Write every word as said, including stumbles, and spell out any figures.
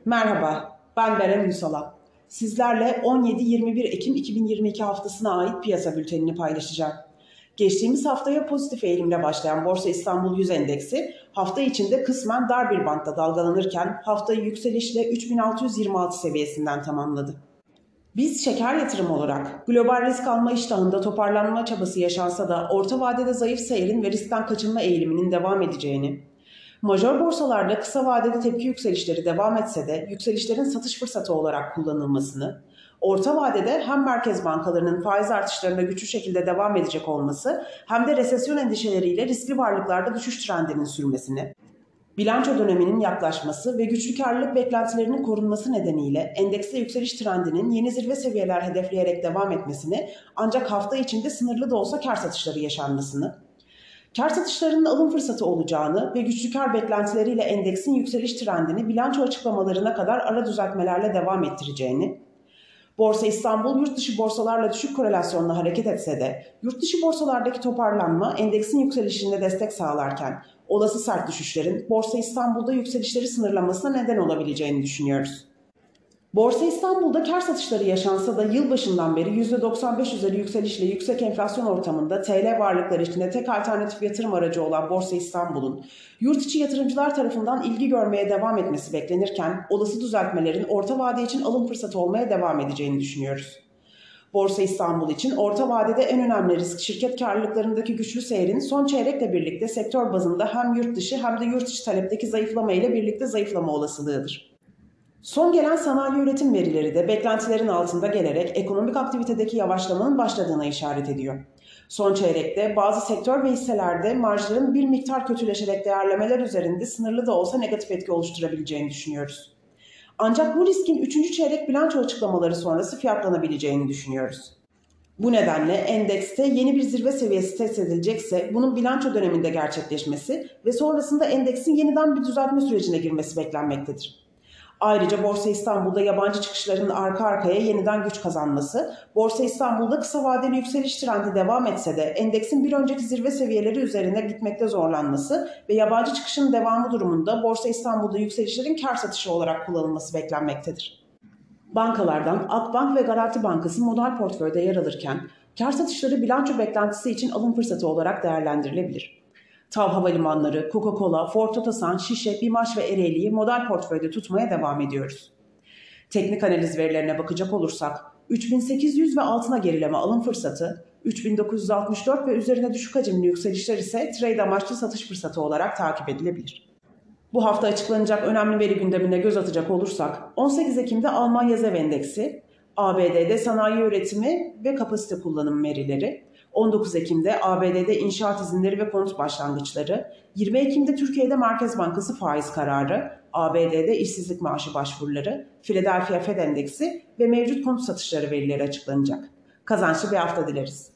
Merhaba, ben Beren Ünsalan. Sizlerle on yedi yirmi bir Ekim iki bin yirmi iki haftasına ait piyasa bültenini paylaşacağım. Geçtiğimiz haftaya pozitif eğilimle başlayan Borsa İstanbul yüz Endeksi, hafta içinde kısmen dar bir bantta dalgalanırken haftayı yükselişle üç bin altı yüz yirmi altı seviyesinden tamamladı. Biz şeker yatırım olarak global risk alma iştahında toparlanma çabası yaşansa da orta vadede zayıf seyrin ve riskten kaçınma eğiliminin devam edeceğini, major borsalarda kısa vadede tepki yükselişleri devam etse de yükselişlerin satış fırsatı olarak kullanılmasını, orta vadede hem merkez bankalarının faiz artışlarında güçlü şekilde devam edecek olması hem de resesyon endişeleriyle riskli varlıklarda düşüş trendinin sürmesini, bilanço döneminin yaklaşması ve güçlü karlılık beklentilerinin korunması nedeniyle endekste yükseliş trendinin yeni zirve seviyeler hedefleyerek devam etmesini ancak hafta içinde sınırlı da olsa kar satışları yaşanmasını, kar satışlarının alım fırsatı olacağını ve güçlü kar beklentileriyle endeksin yükseliş trendini bilanço açıklamalarına kadar ara düzeltmelerle devam ettireceğini, Borsa İstanbul yurt dışı borsalarla düşük korelasyonla hareket etse de yurt dışı borsalardaki toparlanma endeksin yükselişinde destek sağlarken olası sert düşüşlerin Borsa İstanbul'da yükselişleri sınırlamasına neden olabileceğini düşünüyoruz. Borsa İstanbul'da kar satışları yaşansa da yılbaşından beri yüzde doksan beş üzeri yükselişle yüksek enflasyon ortamında T L varlıkları içinde tek alternatif yatırım aracı olan Borsa İstanbul'un yurt içi yatırımcılar tarafından ilgi görmeye devam etmesi beklenirken olası düzeltmelerin orta vade için alım fırsatı olmaya devam edeceğini düşünüyoruz. Borsa İstanbul için orta vadede en önemli risk şirket karlılıklarındaki güçlü seyrin son çeyrekle birlikte sektör bazında hem yurt dışı hem de yurt içi talepteki zayıflama ile birlikte zayıflama olasılığıdır. Son gelen sanayi üretim verileri de beklentilerin altında gelerek ekonomik aktivitedeki yavaşlamanın başladığına işaret ediyor. Son çeyrekte bazı sektör ve hisselerde marjların bir miktar kötüleşerek değerlemeler üzerinde sınırlı da olsa negatif etki oluşturabileceğini düşünüyoruz. Ancak bu riskin üçüncü çeyrek bilanço açıklamaları sonrası fiyatlanabileceğini düşünüyoruz. Bu nedenle endekste yeni bir zirve seviyesi test edilecekse bunun bilanço döneminde gerçekleşmesi ve sonrasında endeksin yeniden bir düzeltme sürecine girmesi beklenmektedir. Ayrıca Borsa İstanbul'da yabancı çıkışların arka arkaya yeniden güç kazanması, Borsa İstanbul'da kısa vadeli yükseliş trendi devam etse de endeksin bir önceki zirve seviyeleri üzerine gitmekte zorlanması ve yabancı çıkışın devamı durumunda Borsa İstanbul'da yükselişlerin kar satışı olarak kullanılması beklenmektedir. Bankalardan Akbank ve Garanti Bankası modal portföyde yer alırken, kar satışları bilanço beklentisi için alım fırsatı olarak değerlendirilebilir. TAV Havalimanları, Coca-Cola, Ford Otosan, Şişe, BİMAŞ ve Ereğli'yi modal portföyde tutmaya devam ediyoruz. Teknik analiz verilerine bakacak olursak, üç bin sekiz yüz ve altına gerileme alım fırsatı, üç bin dokuz yüz altmış dört ve üzerine düşük hacimli yükselişler ise trade amaçlı satış fırsatı olarak takip edilebilir. Bu hafta açıklanacak önemli veri gündemine göz atacak olursak, on sekiz Ekim'de Almanya ZEV Endeksi, A B D'de sanayi üretimi ve kapasite kullanım verileri, on dokuz Ekim'de A B D'de inşaat izinleri ve konut başlangıçları, yirmi Ekim'de Türkiye'de Merkez Bankası faiz kararı, A B D'de işsizlik maaşı başvuruları, Philadelphia Fed Endeksi ve mevcut konut satışları verileri açıklanacak. Kazançlı bir hafta dileriz.